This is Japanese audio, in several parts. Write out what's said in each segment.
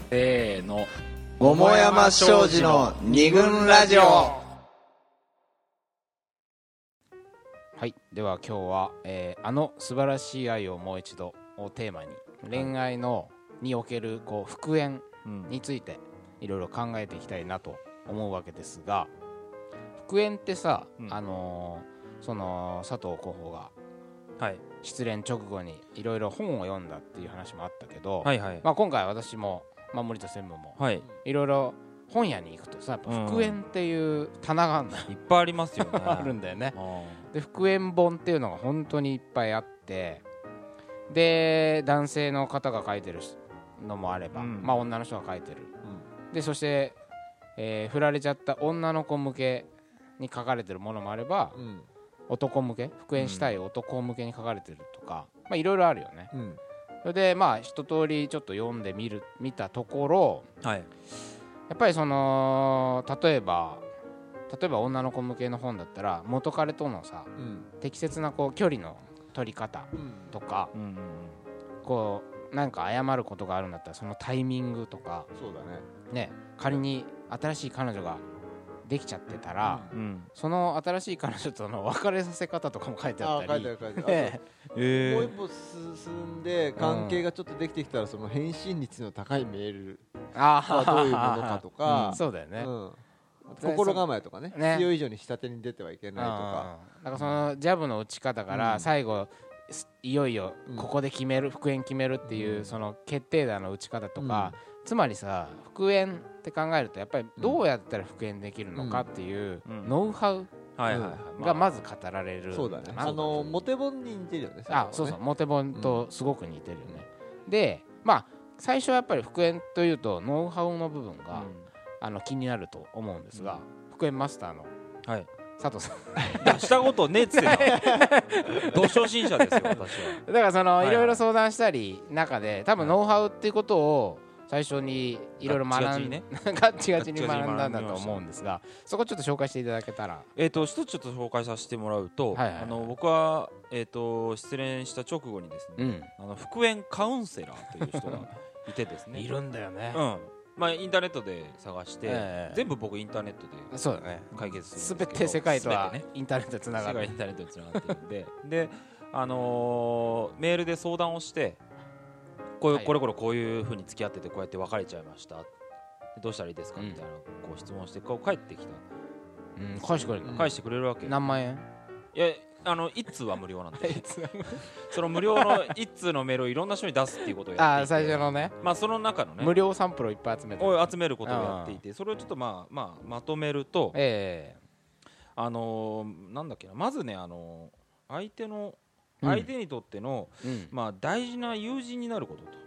せーの、 桃山商事の二軍ラジオ。はい、では今日は、あの素晴らしい愛をもう一度をテーマに恋愛のにおけるこう復縁についていろいろ考えていきたいなと思うわけですが、復縁ってさ、その佐藤候補が失恋直後にいろいろ本を読んだっていう話もあったけど、まあ、今回私も、森田専務もいろいろ本屋に行くとさ、やっぱ復縁っていう棚があるんだ、 いっぱいありますよねあるんだよね。で復縁本っていうのが本当にいっぱいあって、で男性の方が書いてるのもあれば、女の人が書いてる、でそして、振られちゃった女の子向けに書かれてるものもあれば、男向け、復縁したい男向けに書かれてるとか、いろいろあるよね。それで一通りちょっと読んで見たところ、やっぱりその例えば女の子向けの本だったら元彼とのさ、適切なこう距離の取り方とか、こうなんか謝ることがあるんだったらそのタイミングとか、 そうだね、仮に新しい彼女ができちゃってたら、その新しい彼女との別れさせ方とかも書いてあったり、 書いてあるもう一歩進んで関係がちょっとできてきたら、その返信率の高いメールはどういうものかとか、 そうだよね、 心構えとかね、必要以上に下手に出てはいけないとか、 だからそのジャブの打ち方から最後、いよいよここで決める、復縁決めるっていうその決定打の打ち方とか、つまりさ、復縁って考えるとやっぱりどうやったら復縁できるのかっていうノウハウがまず語られる。 そうだね、モテ本に似てるよね。 そうそう、モテ本とすごく似てるよね。で最初はやっぱり復縁というとノウハウの部分が、気になると思うんですが、復縁マスターの佐藤さんしたことねえっつってなど初心者ですよ私は。 だからそのいろいろ相談したり中で、多分ノウハウっていうことを最初にいろいろ学んでガッチガチに学んだんだと思うんですが、そこちょっと紹介していただけたら。 一つちょっと紹介させてもらうと、僕は失恋した直後にですね、復縁カウンセラーという人がいてですねいるんだよね。 インターネットで探して、全部僕インターネットでそうだね、 解決するんですけど、 全て世界とはインターネットでつながる、 世界インターネットでつながっているんでで、メールで相談をして、これこういうふうに付き合っててこうやって別れちゃいました、どうしたらいいですかみたいなこう質問してこう返ってきた、 返してくれるわけ。 何万円？ いや1通は無料なんでその無料の1通のメールをいろんな人に出すっていうことをやっていて、 最初のね、 その中のね無料サンプルをいっぱい集めることをやっていて、それをちょっとまとめると、なんだっけな、まずね、相手にとっての、大事な友人になることと、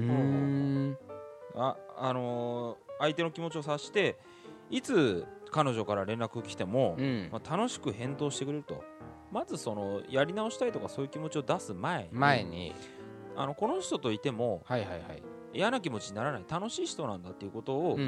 相手の気持ちを察して、いつ彼女から連絡来ても、楽しく返答してくれると。まずそのやり直したいとかそういう気持ちを出す前にこの人といても嫌な気持ちにならない、楽しい人なんだっていうことを、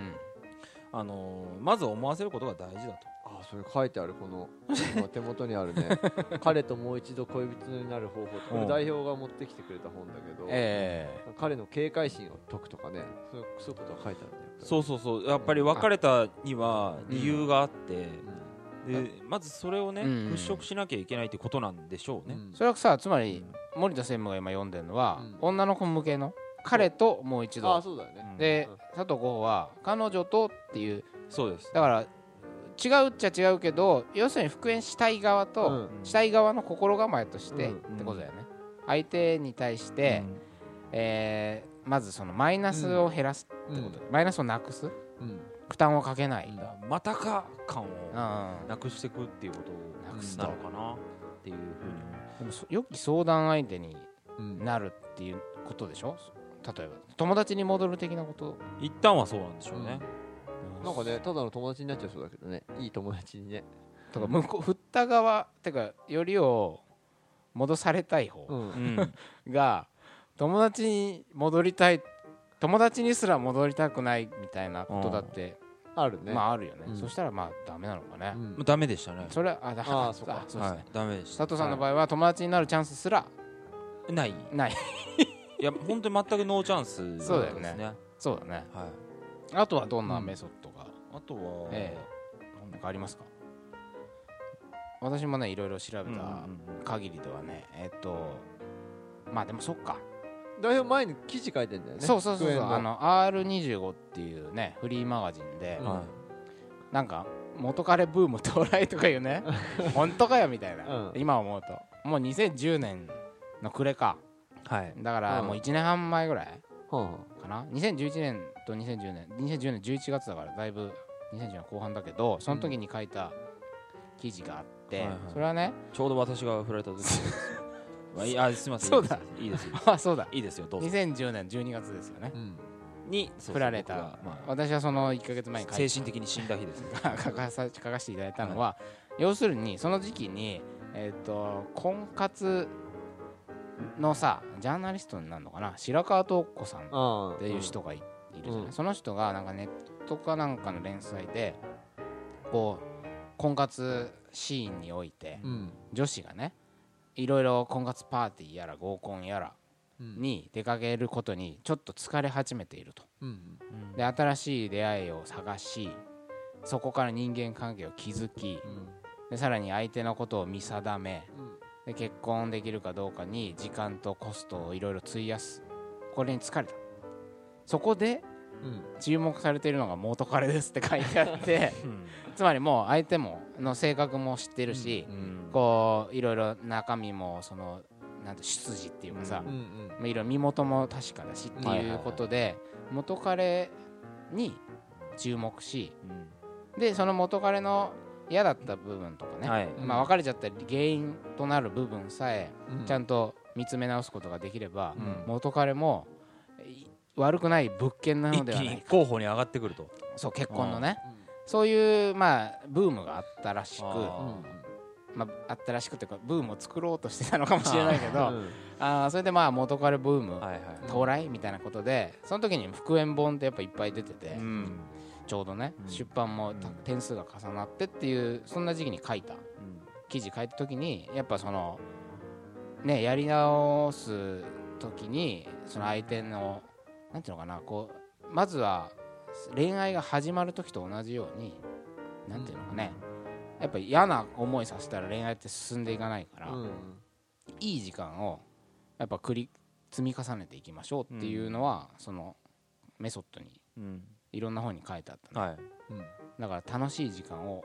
まず思わせることが大事だと。 それ書いてある、この手元にあるね彼ともう一度恋人になる方法、これ代表が持ってきてくれた本だけど、彼の警戒心を解くとかね、そういうことが書いてあるね。 そうやっぱり別れたには理由があって、でまずそれをね、払拭しなきゃいけないってことなんでしょうね。 それはさ、つまり森田専務が今読んでるのは、女の子向けの彼ともう一度、 そうだよね。 で佐藤候補は彼女とっていう、 そうです。 だから違うっちゃ違うけど、要するに復縁したい側と、したい側の心構えとしてってことだよね。相手に対して、まずそのマイナスを減らすってこと、マイナスをなくす、負担をかけない、 またか感をなくしていくっていうことなのかなっていうふうに。 でも良き相談相手になるっていうことでしょ。例えば友達に戻る的なこと、 一旦はそうなんでしょうね。 なんかね、ただの友達になっちゃうそうだけどね、いい友達にね。 とか振った側ってか、よりを戻されたい方が友達に戻りたい、友達にすら戻りたくないみたいなことだってあるね。 あるよね。そしたらダメなのかね。 ダメでしたね。 それはだからそうですね。 ダメでした。 佐藤さんの場合は友達になるチャンスすらない。いや本当に全くノーチャンスですね。 そうだよね。 そうだね、 はい、 あとはどんなメソッドが、 あとは、 何かありますか？私もねいろいろ調べた限りではね、まあでもそっか、 代表前に記事書いてんだよね。 そうR25 っていうねフリーマガジンで、なんか元彼ブーム到来とかいうね本当かよみたいな、今思うともう2010年の暮れか、だからもう1年半前ぐらいかな、2011年と2010年11月だからだいぶ2010年後半だけど、その時に書いた記事があって、それはねちょうど私が振られた時すみません、 そうだ、 いいですよそうだ、 いいですよ、どうぞ。 2010年12月ですよね、 に振られた。私はその1ヶ月前に精神的に死んだ日ですね書かせていただいたのは、要するにその時期に婚活のさジャーナリストになるのかな、白川東子さんっていう人がいるじゃない、その人がなんかネットかなんかの連載でこう婚活シーンにおいて、女子がねいろいろ婚活パーティーやら合コンやらに出かけることにちょっと疲れ始めていると、で新しい出会いを探し、そこから人間関係を築き、でさらに相手のことを見定め、で結婚できるかどうかに時間とコストをいろいろ費やす、これに疲れた。そこで注目されているのが元彼ですって書いてあってつまりもう相手もの性格も知ってるし、こういろいろ中身もそのなんて出自っていうかさ、いろいろ身元も確かだしっていうことで元彼に注目し、でその元彼の嫌だった部分とかね、まあ別れちゃった原因となる部分さえちゃんと見つめ直すことができれば、元彼も悪くない物件なのではないか、 一気に候補に上がってくると。 そう、結婚のね、そういうまあブームがあったらしく、まあ、あったらしくというかブームを作ろうとしてたのかもしれないけど、それでまあ元彼ブーム到来みたいなことで、その時に復縁本ってやっぱいっぱい出てて、ちょうどね出版も点数が重なってっていうそんな時期に書いた記事書いた時に、やっぱそのねやり直す時にその相手のなんていうのかな、こうまずは恋愛が始まる時と同じようになんていうのかね、やっぱ嫌な思いさせたら恋愛って進んでいかないから、いい時間をやっぱ積み重ねていきましょうっていうのは、そのメソッドにいろんな本に書いてあったね、だから楽しい時間を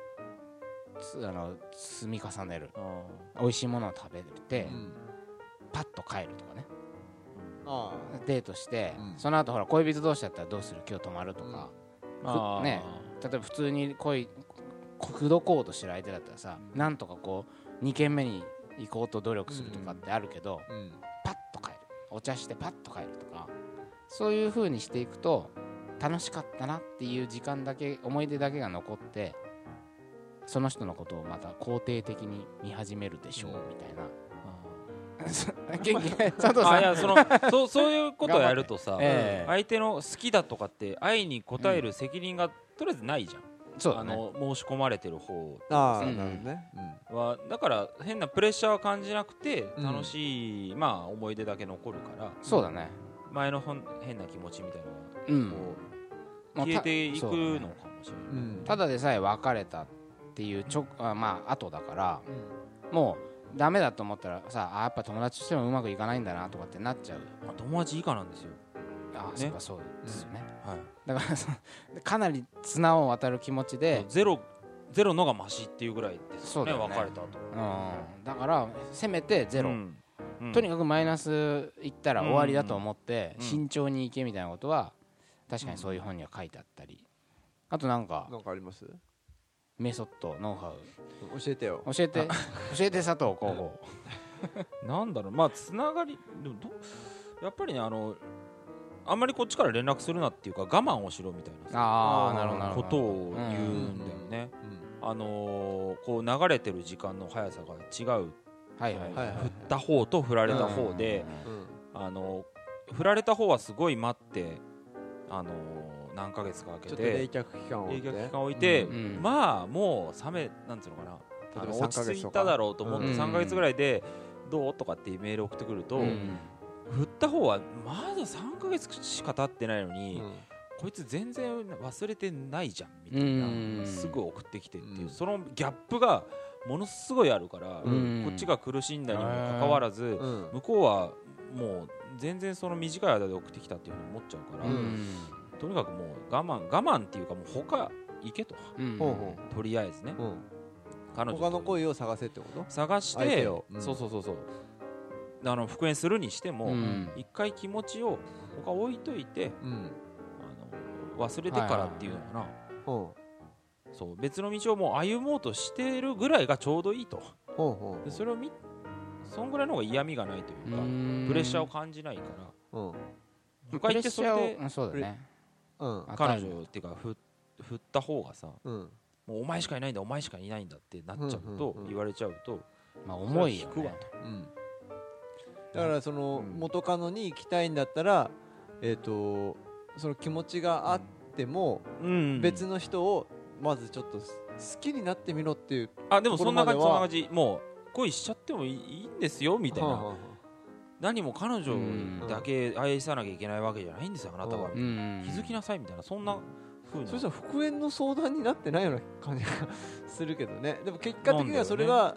積み重ねる、美味しいものを食べて、パッと帰るとかね、デートして、その後ほら恋人同士だったらどうする、今日泊まるとか、ね、例えば普通に口説こうとしてる相手だったらさ、なんとかこう2軒目に行こうと努力するとかってあるけど、パッと帰る、お茶してパッと帰るとか、そういう風にしていくと楽しかったなっていう時間だけ、思い出だけが残って、その人のことをまた肯定的に見始めるでしょうみたいな。元気佐藤さん、いやそういうことをやるとさ、相手の好きだとかって愛に応える責任がとりあえずないじゃん。 そうだね、 申し込まれてる方はだから変なプレッシャーは感じなくて楽しい、まあ思い出だけ残るから、 そうだね、 前の変な気持ちみたいなのがこう消えていくのかもしれない。 ただでさえ別れたっていうまあ後だから、もうダメだと思ったらさ、やっぱ友達としてもうまくいかないんだなとかってなっちゃう。 友達以下なんですよ。 そうですよね、だからかなり綱を渡る気持ちでゼロのがマシっていうぐらいですね、別れた後。 だからせめてゼロ、とにかくマイナスいったら終わりだと思って慎重にいけみたいなことは確かにそういう本には書いてあったり、あとなんかあります？ メソッド、ノウハウ教えてよ。 教えて佐藤候補なんだろう、まあつながりでもやっぱりね、あんまりこっちから連絡するなっていうか我慢をしろみたいなことを言うんだよね。こう流れてる時間の速さが違う、振った方と振られた方で、振られた方はすごい待って、何ヶ月か空けて冷却期間を置いて、まあもうなんつうのかな、落ち着いただろうと思って3ヶ月ぐらいでどうとかっていうメール送ってくると、 振った方はまだ3ヶ月しか経ってないのに、こいつ全然忘れてないじゃんみたいな、すぐ送ってきてっていう、そのギャップがものすごいあるから、こっちが苦しんだにもかかわらず、向こうはもう全然その短い間で送ってきたっていうふうに思っちゃうから、とにかくもう我慢っていうかもう他行けと、とりあえずね、 彼女他の恋を探せってこと？ 探して、そう復縁するにしても、一回気持ちを他置いといて、忘れてからっていうのかな、そう別の道をもう歩もうとしているぐらいがちょうどいいと。でそれをそんぐらいの方が嫌味がないというか、プレッシャーを感じないから、他行ってそれで、そうだね、彼女っていうか振った方がさ、もうお前しかいないんだお前しかいないんだってなっちゃうと、言われちゃうと、 まあ重いよね。 だからその元カノに行きたいんだったら、その気持ちがあっても別の人をまずちょっと好きになってみろっていう。 でもそんな感じ、もう恋しちゃってもいいんですよみたいな、何も彼女だけ愛さなきゃいけないわけじゃないんですよあなたは、気づきなさいみたいな、そんな風な。 そしたら復縁の相談になってないような感じがするけどね。でも結果的にはそれが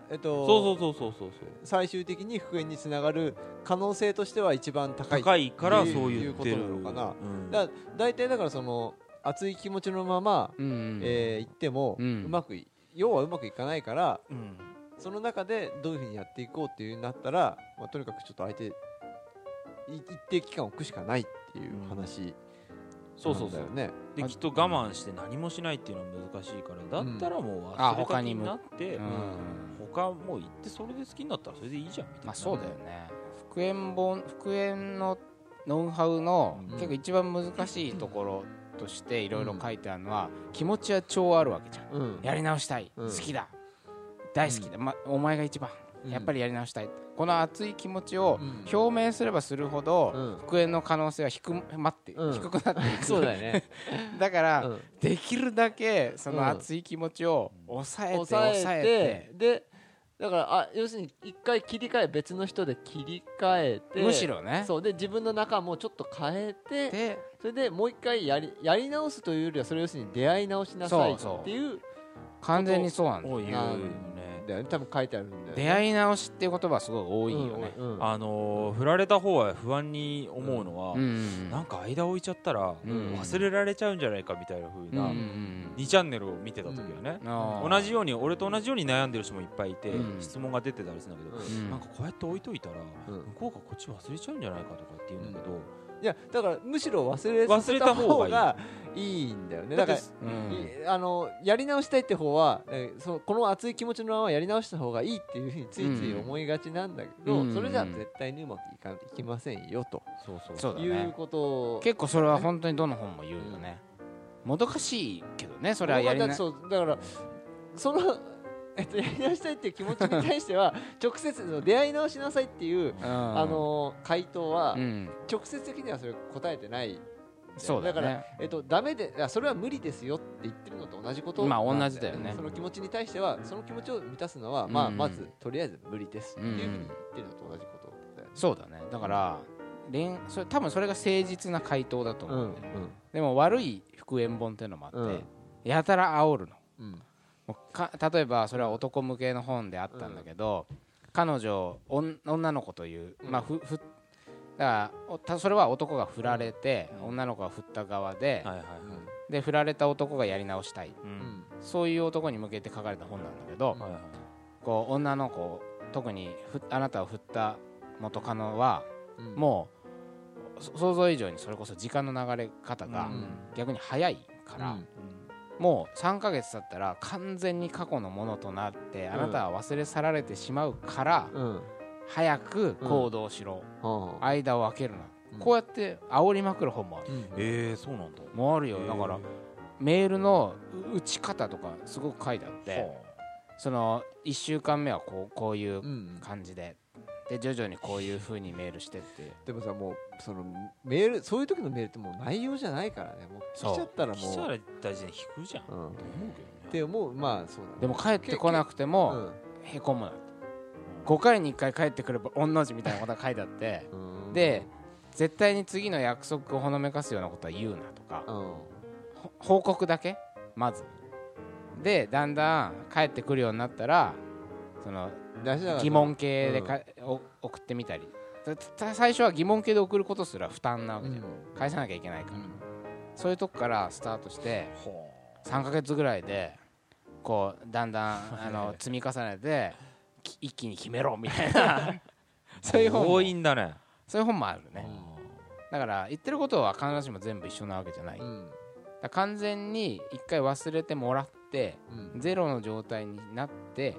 最終的に復縁につながる可能性としては一番高いからそういうことなのかな。大体だからその熱い気持ちのまま行っても要はうまくいかないから、その中でどういうふうにやっていこうっていうなったら、とにかくちょっと相手一定期間置くしかないっていう話。 そうだよね。できっと我慢して何もしないっていうのは難しいから、だったらもう忘れた気になって、他もう行ってそれで好きになったらそれでいいじゃんみたいな。 そうだよね。復縁のノウハウの結構一番難しいところとしていろいろ書いてあるのは、気持ちは超あるわけじゃん。やり直したい、好きだ、大好きだ、お前が一番やっぱりやり直したい、この熱い気持ちを表明すればするほど、復縁の可能性は低くなっていくそうだよね。 だから、できるだけその熱い気持ちを抑えてでだから要するに一回別の人で切り替えて、 むしろね、 そうで自分の中もちょっと変えて、それでもう一回やり直すというよりは、それ要するに出会い直しなさいっていう、 完全にそうなんだよ。多分書いてあるんだよね。 出会い直しっていう言葉はすごい多いよね。 振られた方は不安に思うのは、なんか間置いちゃったら忘れられちゃうんじゃないかみたいな風な2チャンネルを見てた時はね、同じように俺と同じように悩んでる人もいっぱいいて、質問が出てたりするんだけど、なんかこうやって置いといたら向こうがこっち忘れちゃうんじゃないかとかって言うんだけど、 いやだからむしろ忘れさせた方がいいんだよね。だからやり直したいって方はこの熱い気持ちのままやり直した方がいいっていうふうについつい思いがちなんだけど、それじゃ絶対にうまくいきませんよということを、 結構それは本当にどの本も言うよね。もどかしいけどね、それはやり直し、 だからそのやり直したいっていう気持ちに対しては直接出会い直しなさいっていう回答は直接的にはそれ答えてない。 そうだね。 だからダメで、それは無理ですよって言ってるのと同じことなんだよね。 同じだよね。 その気持ちに対してはその気持ちを満たすのはまずとりあえず無理ですっていうふうに言ってるのと同じことだよね。 そうだね。だから多分それが誠実な回答だと思うんだよね。でも悪い復縁本っていうのもあってやたら煽るの。例えばそれは男向けの本であったんだけど、彼女女の子という、だからそれは男が振られて、女の子が振った側で、で振られた男がやり直したい、そういう男に向けて書かれた本なんだけど、こう女の子、特にあなたを振った元カノは、もう想像以上にそれこそ時間の流れ方が逆に早いから、もう3ヶ月経ったら完全に過去のものとなって、あなたは忘れ去られてしまうから、早く行動しろ、間を空けるな、こうやって煽りまくる本もある。 そうなんだ。 もあるよ。だからメールの打ち方とかすごく書いてあって、その1週間目はこういう感じで、で徐々にこういう風にメールしてって。 でもさ、もうそのメール、そういう時のメールってもう内容じゃないからね。もう来ちゃったらもう来ちゃった時点で引くじゃん、と思うけどね。 って思う。まあそうだね。 でも帰ってこなくてもへこむな。5回に1回帰ってくる御の字みたいなことが書いてあって、 で絶対に次の約束をほのめかすようなことは言うなとか、報告だけまずで、だんだん帰ってくるようになったらその疑問形で送ってみたり、最初は疑問形で送ることすら負担なわけじゃん、返さなきゃいけないから、そういうとこからスタートして3ヶ月ぐらいでこうだんだん積み重ねて一気に決めろみたいなそういう本も強引だね。 そういう本もあるね。だから言ってることは必ずしも全部一緒なわけじゃない、だ完全に一回忘れてもらって、ゼロの状態になって、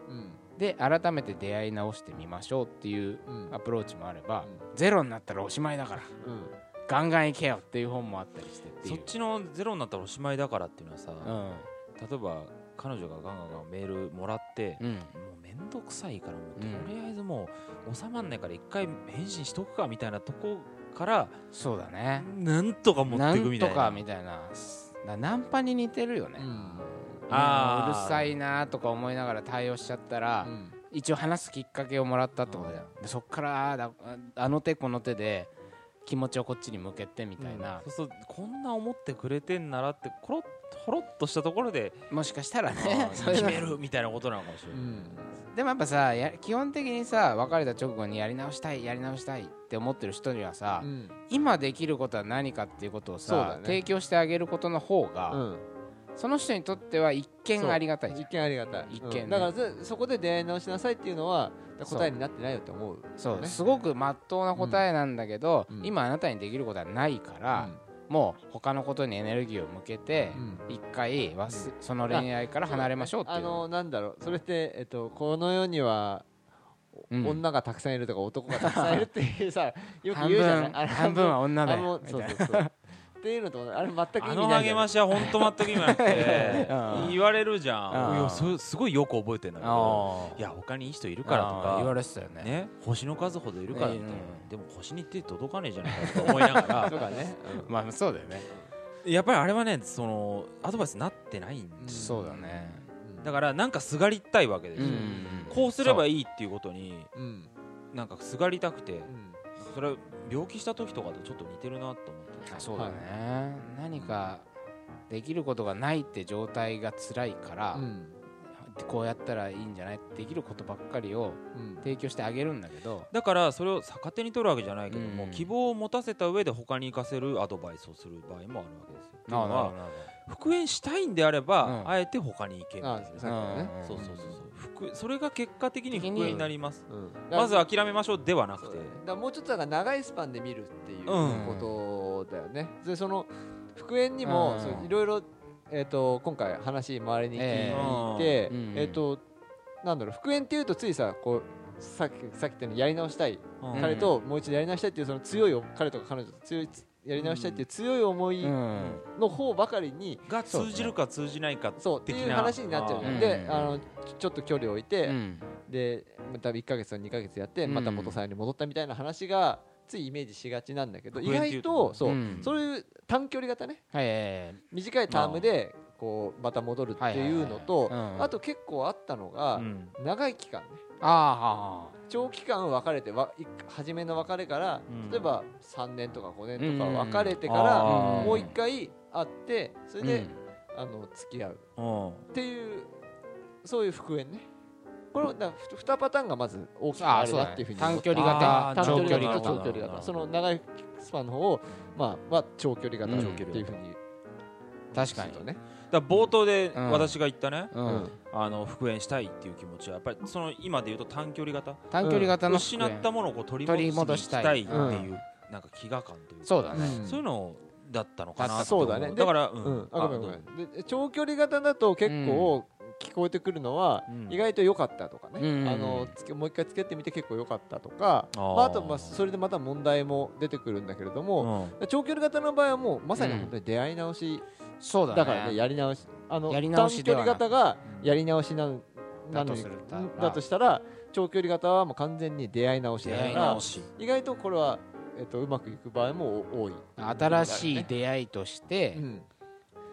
で改めて出会い直してみましょうっていうアプローチもあれば、ゼロになったらおしまいだから、ガンガンいけよっていう本もあったりしてっていう。 そっちのゼロになったらおしまいだからっていうのはさ、例えば彼女がガンガンメールもらって、もうめんどくさいからもうとりあえずもう収まんないから一回返信しとくかみたいなとこから、 そうだね、 なんとか持っていくみたいな、 なんとかみたいな、ナンパに似てるよね、うるさいなとか思いながら対応しちゃったら、一応話すきっかけをもらったってことだよ。でそっからあの手この手で気持ちをこっちに向けてみたいな、 そうするとこんな思ってくれてんならってほろっとしたところでもしかしたらね決めるみたいなことなのかもしれない、 でもやっぱさ、基本的にさ、別れた直後にやり直したいって思ってる人にはさ、今できることは何かっていうことをさ、提供してあげることの方が、その人にとっては一見ありがたい。 一見ありがたい。だからそこで出会い直しなさいっていうのは答えになってないよって思う。 そう、すごく真っ当な答えなんだけど、今あなたにできることはないから、もう他のことにエネルギーを向けて一回その恋愛から離れましょうっていう。 なんだろう、それってこの世には女がたくさんいるとか男がたくさんいるっていうさ、よく言うじゃない。 半分は女だよみたいな。 っていうのとあれ全く意味ない。 励ましは本当全く意味なくて言われるじゃん。いやすごいよく覚えてるんだけど、いや他にいい人いるからとか言われてたよね。 星の数ほどいるからって、でも星に手届かねえじゃないかと思いながらとかね、 まあそうだよね。 やっぱりあれはね、そのアドバイスになってないんです。 そうだね。 だからなんかすがりたいわけですよ。こうすればいいっていうことになんかすがりたくて、それは病気した時とかとちょっと似てるなと思って。 そうだね、何かできることがないって状態が辛いから、こうやったらいいんじゃない、できることばっかりを提供してあげるんだけど、 だからそれを逆手に取るわけじゃないけども、希望を持たせた上で他に活かせるアドバイスをする場合もあるわけですよ。っていうのは復縁したいんであれば、あえて他に行けるんですよ。そうそれが結果的に復縁になります。まず諦めましょうではなくて、 だもうちょっと長いスパンで見るっていうことだよね。でその復縁にもいろいろ今回話周りに聞いて、なんだろう、復縁っていうとついさ、こうさっき言ったようにやり直したい、彼ともう一度やり直したいっていうその強い、彼とか彼女と強いやり直したいっていう強い思いの方ばかりにが通じるか通じないかっていう話になっちゃうじゃん。でちょっと距離を置いて、でまた1ヶ月か2ヶ月やってまた元さんに戻ったみたいな話がついイメージしがちなんだけど、意外とそういう短距離型ね、短いタームでこうまた戻るっていうのと、あと結構あったのが長い期間ね、長期間別れて初めの別れから例えば3年とか5年とか別れてからもう一回会ってそれで付き合うっていう、そういう復縁ね。これ2パターンがまず大きくあるなっていうふうに、 短距離型、長距離型、その長いスパンの方を長距離型っていうふうに、 確かにね。 だ冒頭で私が言ったね、復縁したいっていう気持ちはやっぱりその今で言うと短距離型の失ったものを取り戻したいっていうなんか飢餓感というか、 そうだね、 そういうのだったのかな。 そうだね。 だから長距離型だと結構聞こえてくるのは意外と良かったとかね、もう一回付き合ってみて結構良かったとか、あとそれでまた問題も出てくるんだけれども、長距離型の場合はもうまさに本当に出会い直しだからね、やり直し、短距離型がやり直しだとしたら、長距離型はもう完全に出会い直しだから、意外とこれはうまくいく場合も多い。 新しい出会いとして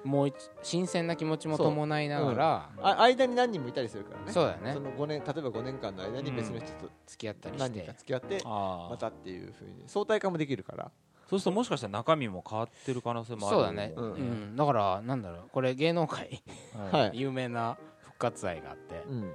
もう新鮮な気持ちも伴いながら、 間に何人もいたりするからね。 そうだよね。 その5年、例えば5年間の間に別の人と付き合ったりして何人か付き合ってまたっていう風に相対化もできるから。 そうするともしかしたら中身も変わってる可能性もある。 そうだね、だからなんだろう、これ芸能界有名な復活愛があって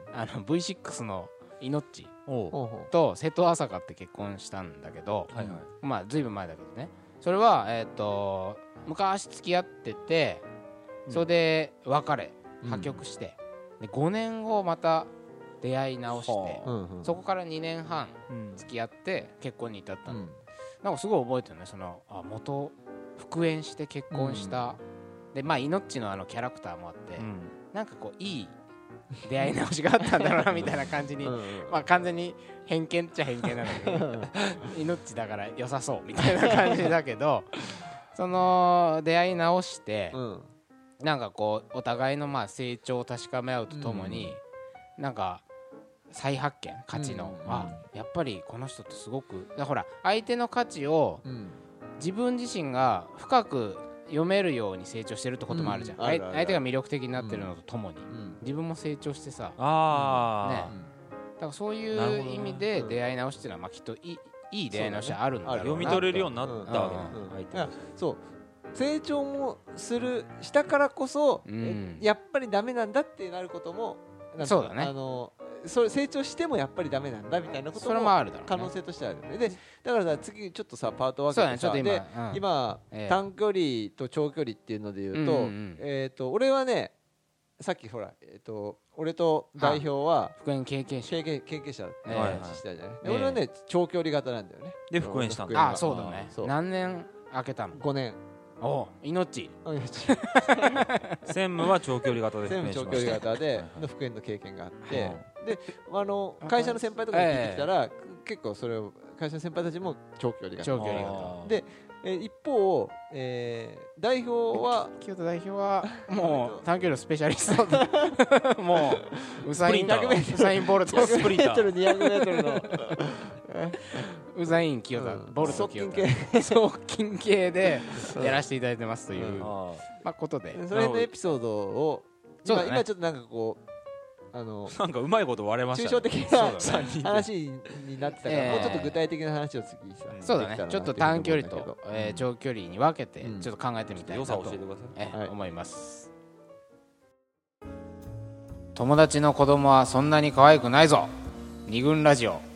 、V6 のイノッチと瀬戸朝香って結婚したんだけど、まあずいぶん前だけどね、それは昔付き合ってて、それで別れ破局して、で5年後また出会い直して、そこから2年半付き合って結婚に至ったの。なんかすごい覚えてるね、その元復縁して結婚した、でまあイノッチのキャラクターもあって、なんかこういい出会い直しがあったんだろうなみたいな感じにまあ完全に偏見っちゃ偏見なんだけどイノッチだから良さそうみたいな感じだけどその出会い直して、なんかこうお互いのまあ成長を確かめ合うとともに、なんか再発見、価値の、やっぱりこの人ってすごく、ほら相手の価値を自分自身が深く読めるように成長してるってこともあるじゃん、相手が魅力的になってるのとともに、自分も成長してさ、ね、だからそういう意味で出会い直しっていうのはまあきっといい出会い直しはあるんだろうな、 読み取れるようになったわけ、 そう成長もしたからこそ、やっぱりダメなんだってなることも、 そうだね、 それ成長してもやっぱりダメなんだみたいなことも可能性としてあるよね。でだからさ、次ちょっとさパート分けてさ、で今短距離と長距離っていうので言うと、俺はね、さっきほら俺と代表は復縁経験者って話したじゃない。俺はね長距離型なんだよね。 で復縁したんだ。 そうだね。何年空けたの ？5年。 命専務は長距離型で専務長距離型での復縁の経験があって、で会社の先輩とかに聞いてきたら、結構それを会社の先輩たちも長距離型で、一方、代表は清田代表はもう短距離のスペシャリストもうウサイン・ボルトスプリンター 200m のウザイン清田ボルト清田側近系でやらせていただいてますということで、 それのエピソードを今ちょっとなんかこうなんかうまいこと割れましたね。 抽象的な話になってたから、もうちょっと具体的な話を次さ、 そうだね、ちょっと短距離と長距離に分けてちょっと考えてみたいなと思います。友達の子供はそんなに可愛くないぞ、二軍ラジオ。